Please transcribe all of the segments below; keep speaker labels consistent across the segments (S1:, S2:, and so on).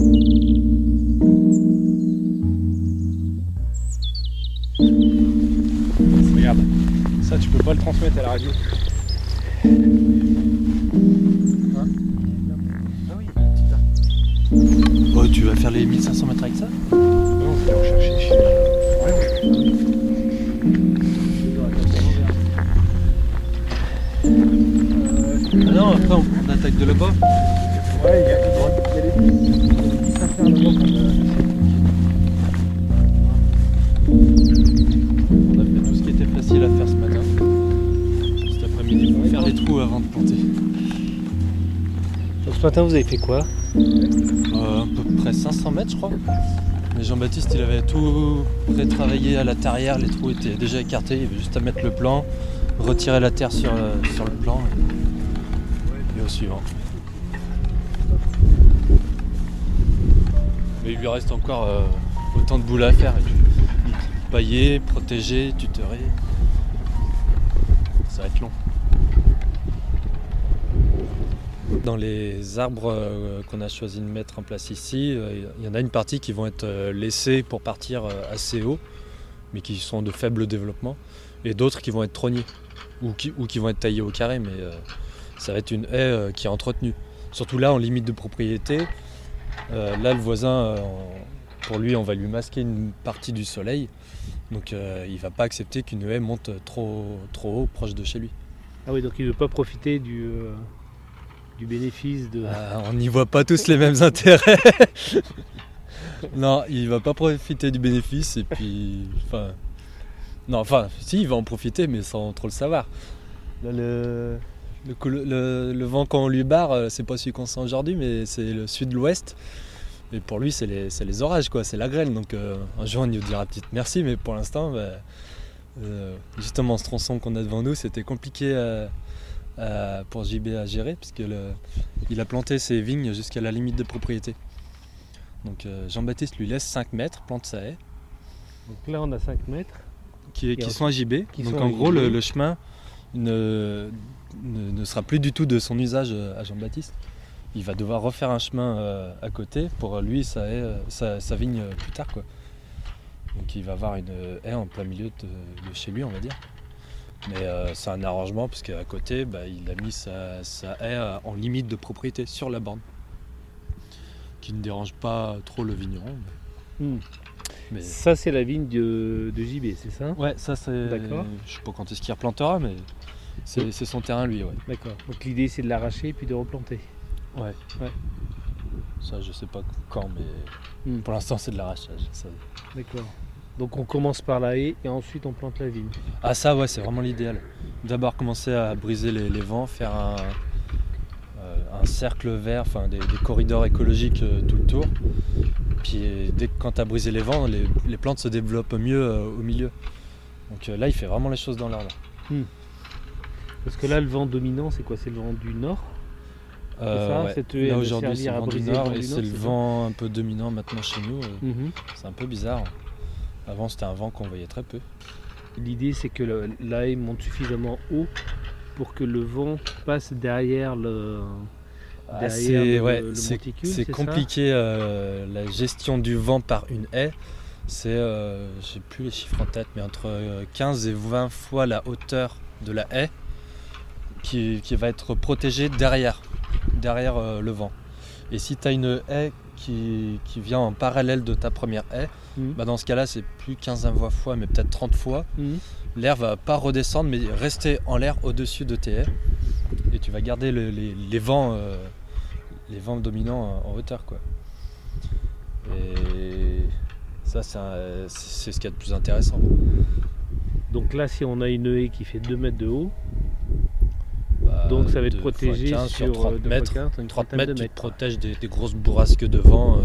S1: Regarde, ça tu peux pas le transmettre à la radio. Hein? Ah oui,
S2: Oh, tu vas faire les 1500 mètres avec ça?
S1: non, je vais rechercher.
S2: Ah non, après on attaque de là-bas.
S1: Ouais, il y a des petites affaires là-bas
S2: On a fait tout ce qui était facile à faire ce matin. Cet après-midi, il faut faire les trous avant de planter.
S1: Donc ce matin vous avez fait quoi?
S2: À peu près 500 mètres, je crois. Mais Jean-Baptiste, il avait tout pré-travaillé à la terrière, les trous étaient déjà écartés, il y avait juste à mettre le plan, retirer la terre sur le plan et au suivant. Mais il lui reste encore autant de boulot à faire. Pailler, protéger, tutorer. Ça va être long. Dans les arbres qu'on a choisi de mettre en place ici, il y en a une partie qui vont être laissées pour partir assez haut, mais qui sont de faible développement, et d'autres qui vont être trognés ou qui vont être taillés au carré, mais ça va être une haie qui est entretenue. Surtout là, en limite de propriété, là le voisin, pour lui, on va lui masquer une partie du soleil, donc il ne va pas accepter qu'une haie monte trop haut, proche de chez lui.
S1: Ah oui, donc il ne veut pas profiter du bénéfice de...
S2: On n'y voit pas tous les mêmes intérêts. Non, il va pas profiter du bénéfice et puis... si, il va en profiter, mais sans trop le savoir. Là, le vent qu'on lui barre, c'est pas celui qu'on sent aujourd'hui, mais c'est le sud-ouest. Et pour lui, c'est les orages, quoi, c'est la grêle. Donc un jour, on lui dira peut-être merci, mais pour l'instant, justement, ce tronçon qu'on a devant nous, c'était compliqué pour JB à gérer, puisqu'il a planté ses vignes jusqu'à la limite de propriété. Donc Jean-Baptiste lui laisse 5 mètres, plante sa haie.
S1: Donc là, on a 5 mètres.
S2: Qui sont à JB. Donc en gros, le chemin ne sera plus du tout de son usage à Jean-Baptiste. Il va devoir refaire un chemin à côté pour lui, sa vigne plus tard, quoi. Donc il va avoir une haie en plein milieu de chez lui, on va dire. Mais c'est un arrangement parce qu'à côté, il a mis sa haie en limite de propriété sur la borne, qui ne dérange pas trop le vigneron. Mais...
S1: Ça, c'est la vigne de JB, c'est ça?
S2: Ouais, ça c'est...
S1: D'accord.
S2: Je sais pas quand est-ce qu'il replantera, mais c'est son terrain, lui, ouais.
S1: D'accord. Donc l'idée, c'est de l'arracher et puis de replanter.
S2: Ouais. Ça, je sais pas quand, mais pour l'instant, c'est de l'arrachage. Ça...
S1: D'accord. Donc on commence par la haie et ensuite on plante la vigne.
S2: Ah ça, ouais, c'est vraiment l'idéal. D'abord commencer à briser les vents, faire un cercle vert, des corridors écologiques tout le tour. Puis quand tu as brisé les vents, les plantes se développent mieux au milieu. Donc là, il fait vraiment les choses dans l'ordre.
S1: Parce que là, le vent dominant, c'est quoi? C'est le vent du nord?
S2: Ouais.
S1: Cette haie,
S2: là aujourd'hui, c'est le vent du nord et c'est le
S1: ça
S2: vent un peu dominant maintenant chez nous.
S1: Mhm.
S2: C'est un peu bizarre. Avant, c'était un vent qu'on voyait très peu.
S1: L'idée, c'est que la haie monte suffisamment haut pour que le vent passe derrière le monticule.
S2: C'est compliqué la gestion du vent par une haie. C'est, j'ai plus les chiffres en tête, mais entre 15 et 20 fois la hauteur de la haie qui va être protégée derrière le vent. Et si tu as une haie qui vient en parallèle de ta première haie, dans ce cas-là, c'est plus 15 fois, mais peut-être 30 fois. L'air va pas redescendre, mais rester en l'air au-dessus de tes haies. Et tu vas garder les vents dominants en hauteur, quoi. Et ça, c'est ce qu'il y a de plus intéressant.
S1: Donc là, si on a une haie qui fait 2 mètres de haut, donc ça va être protégé sur
S2: 30 mètres. 30 mètres, tu
S1: tu
S2: te protèges des grosses bourrasques de vent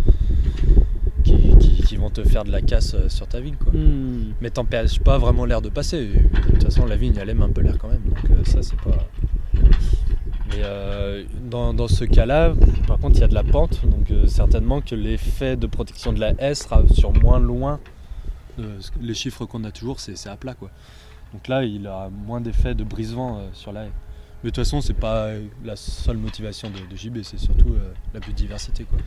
S2: qui vont te faire de la casse sur ta vigne, quoi. Mais t'empêches pas vraiment l'air de passer. De toute façon, la vigne, elle aime un peu l'air quand même. Donc ça, c'est pas... Mais dans ce cas-là, par contre, il y a de la pente. Donc certainement que l'effet de protection de la haie sera sur moins loin. Les chiffres qu'on a toujours, c'est à plat, quoi. Donc là, il a moins d'effet de brise-vent sur la haie. Mais de toute façon, c'est pas la seule motivation de JB, c'est surtout la biodiversité, quoi.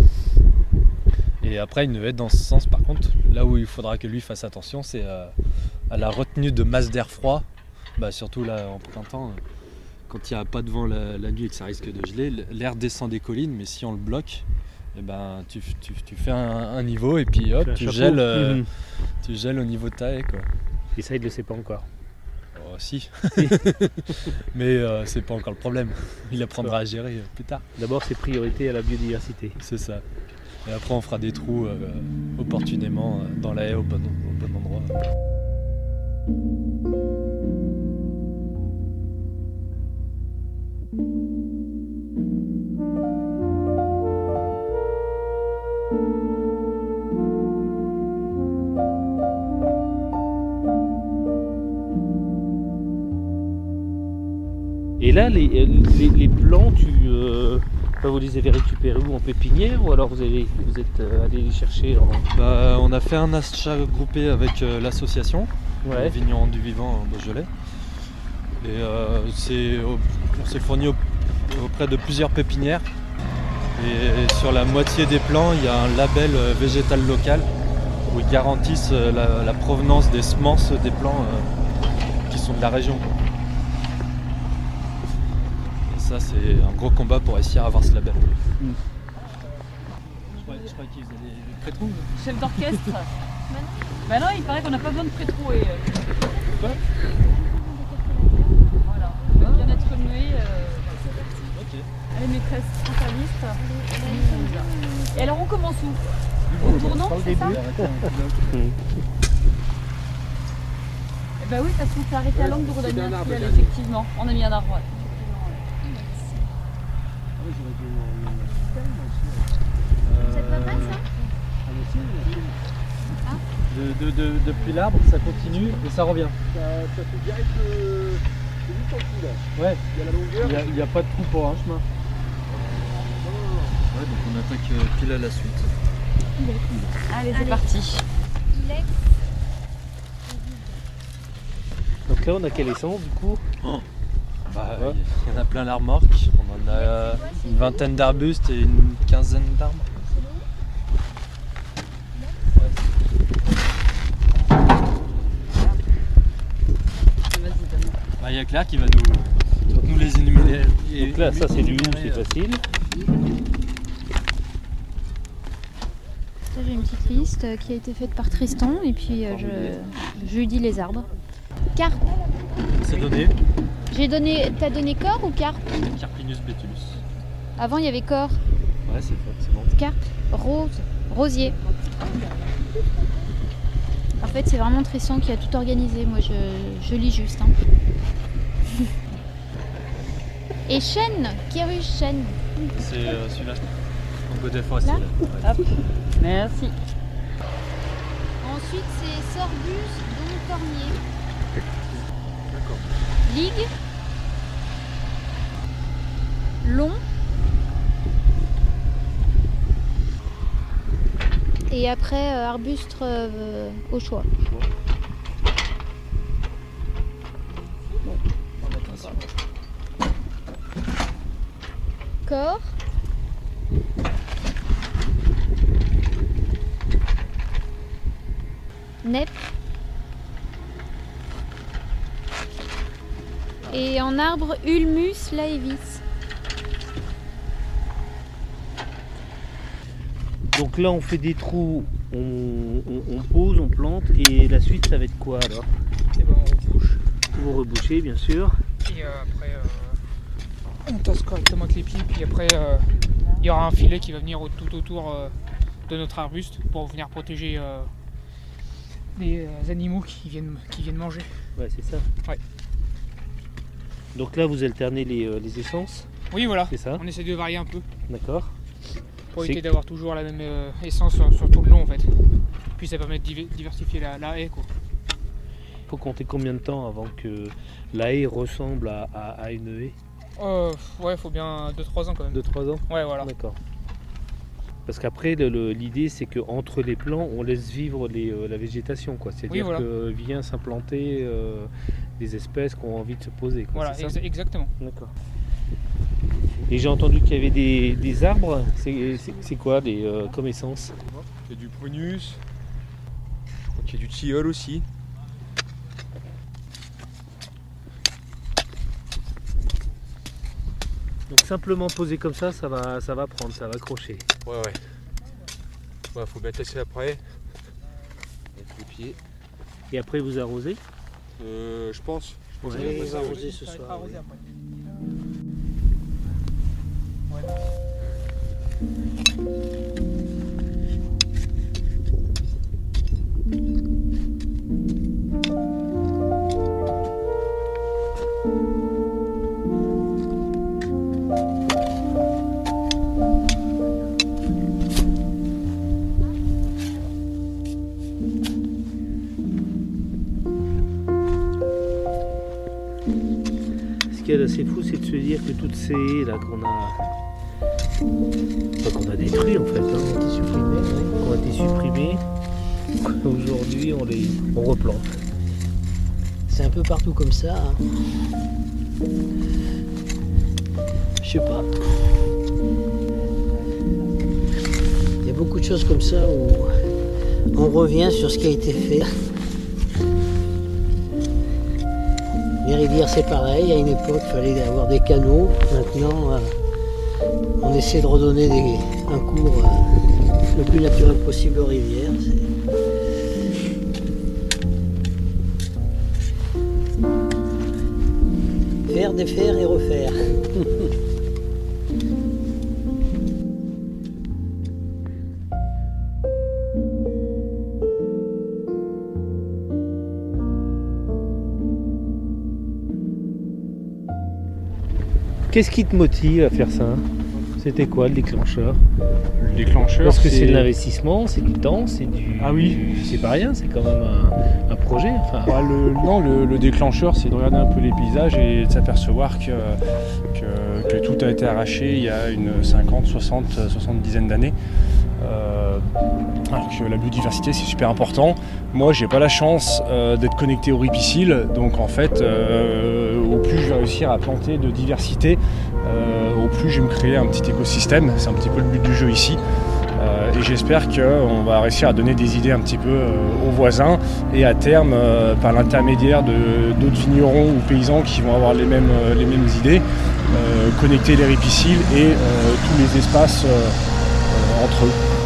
S2: Et après, une nevette dans ce sens, par contre, là où il faudra que lui fasse attention, c'est à la retenue de masse d'air froid. Surtout là en printemps, quand il n'y a pas de vent la nuit et que ça risque de geler, l'air descend des collines, mais si on le bloque, tu fais un niveau et puis hop, tu gèles au niveau de ta haie, quoi.
S1: Et ça, il ne le sait pas encore.
S2: Oh, si. Mais c'est pas encore le problème. Il apprendra à gérer plus tard.
S1: D'abord, c'est priorité à la biodiversité.
S2: C'est ça. Et après, on fera des trous opportunément dans la haie au bon endroit.
S1: Et là, les plants, vous les avez récupérés où, en pépinière, ou alors vous êtes allé les chercher
S2: on a fait un achat groupé avec l'association,
S1: ouais.
S2: Vignerons du Vivant en Beaujolais. Et on s'est fourni auprès de plusieurs pépinières. Et sur la moitié des plants, il y a un label végétal local où ils garantissent la provenance des semences des plants qui sont de la région. Ça, c'est un gros combat pour essayer d'avoir ce label. Je croyais qu'ils faisaient des pré-trous.
S3: Chef d'orchestre. Bah non, il paraît qu'on n'a pas besoin de pré-trous.
S2: Quoi ?
S3: Voilà. Le bien-être muet.
S2: Ok.
S3: Elle est maîtresse centraliste. Et alors on commence où ? Au tournant, c'est ça ? Bah oui, parce qu'on s'est arrêté à l'angle de Rodania, effectivement. On a mis un arbre. Ouais.
S4: C'est pas mal ça ?
S2: Depuis l'arbre, ça continue et ça revient.
S5: Ça fait direct c'est juste en dessous là.
S2: Ouais.
S5: Il y a la longueur.
S2: Il n'y a pas de trou pour un chemin. Ouais, donc on attaque pile à la suite.
S3: Allez, c'est parti.
S1: Donc là, on a quelle essence du coup ?
S2: Il y en a plein la remorque. On en a une vingtaine d'arbustes et une quinzaine d'arbres. Il y a Claire qui va nous les énumérer.
S1: Donc là, ça c'est du hou, c'est facile.
S4: J'ai une petite liste qui a été faite par Tristan et puis je lui dis les arbres. Carpe.
S2: C'est donné.
S4: T'as donné cor ou carpe ?
S2: Carpinus betulus.
S4: Avant il y avait cor.
S2: Ouais, c'est bon.
S4: Carpe, rosier. En fait, c'est vraiment Tristan qui a tout organisé. Moi, je lis juste. Hein. Et chêne, Quérus chêne.
S2: C'est celui-là. En côté forestier.
S4: Là.
S3: Hop. Merci.
S4: Ensuite, c'est Sorbus, Don Cormier.
S2: D'accord.
S4: Ligue. Long. Et après, arbuste au choix. Cor. Nep. Et en arbre, Ulmus laevis.
S1: Donc là, on fait des trous, on pose, on plante, et la suite, ça va être quoi alors ?
S6: Et ben on rebouche.
S1: Vous rebouchez, bien sûr.
S6: Et après on tasse correctement avec les pieds. Puis après il y aura un filet qui va venir tout autour de notre arbuste pour venir protéger les animaux qui viennent manger.
S1: Ouais, c'est ça.
S6: Ouais.
S1: Donc là, vous alternez les essences,
S6: Oui, voilà.
S1: c'est ça ?
S6: On essaie de varier un peu
S1: D'accord.
S6: pour
S1: C'est-
S6: éviter d'avoir toujours la même essence sur tout le long en fait. Puis ça permet de diversifier la haie quoi.
S1: Il faut compter combien de temps avant que la haie ressemble à une haie ?
S6: Ouais, faut bien 2-3 ans quand même.
S1: 2-3 ans ?
S6: Ouais, voilà.
S1: D'accord. Parce qu'après, l'idée, c'est qu'entre les plants, on laisse vivre la végétation, quoi. C'est-à-dire
S6: Oui, voilà.
S1: que vient s'implanter des espèces qui ont envie de se poser, quoi,
S6: Voilà,
S1: c'est ça
S6: exactement.
S1: D'accord. Et j'ai entendu qu'il y avait des arbres. C'est quoi comme essence?
S5: Il y a du prunus. Je crois qu'il y a du tilleul aussi.
S1: Donc simplement posé comme ça va prendre, ça va accrocher.
S5: Ouais. Ouais, faut bien tester après. Avec les pieds.
S1: Et après vous arrosez?
S5: Je pense.
S1: Ouais.
S5: que ça va
S7: Vous
S5: passer,
S7: arrosez
S5: oui.
S7: ce
S6: Ça va être
S7: soir.
S6: arrosé
S7: oui.
S6: après.
S1: Ce qu'il y a d'assez fou, c'est de se dire que toutes ces haies là qu'on a détruites en fait, qu'on a été supprimées, aujourd'hui on replante.
S7: C'est un peu partout comme ça. Hein. Je sais pas. Il y a beaucoup de choses comme ça où on revient sur ce qui a été fait. Les rivières c'est pareil, à une époque il fallait avoir des canaux. Maintenant on essaie de redonner un cours le plus naturel possible aux rivières. Faire, défaire et refaire.
S1: Qu'est-ce qui te motive à faire ça? C'était quoi le déclencheur?
S8: Le déclencheur,
S1: Parce que c'est de l'investissement, c'est du temps, c'est du.
S8: Ah oui.
S1: C'est pas rien, c'est quand même un projet. Enfin.
S8: Bah, le déclencheur, c'est de regarder un peu les paysages et de s'apercevoir que tout a été arraché il y a une 50, 60, 70 d'années. Alors que la biodiversité c'est super important. Moi j'ai pas la chance d'être connecté au ripicile, donc en fait au plus je vais réussir à planter de diversité, au plus je vais me créer un petit écosystème. C'est un petit peu le but du jeu ici. Et j'espère qu'on va réussir à donner des idées un petit peu aux voisins et à terme, par l'intermédiaire d'autres vignerons ou paysans qui vont avoir les mêmes idées, connecter les ripiciles et tous les espaces entre eux.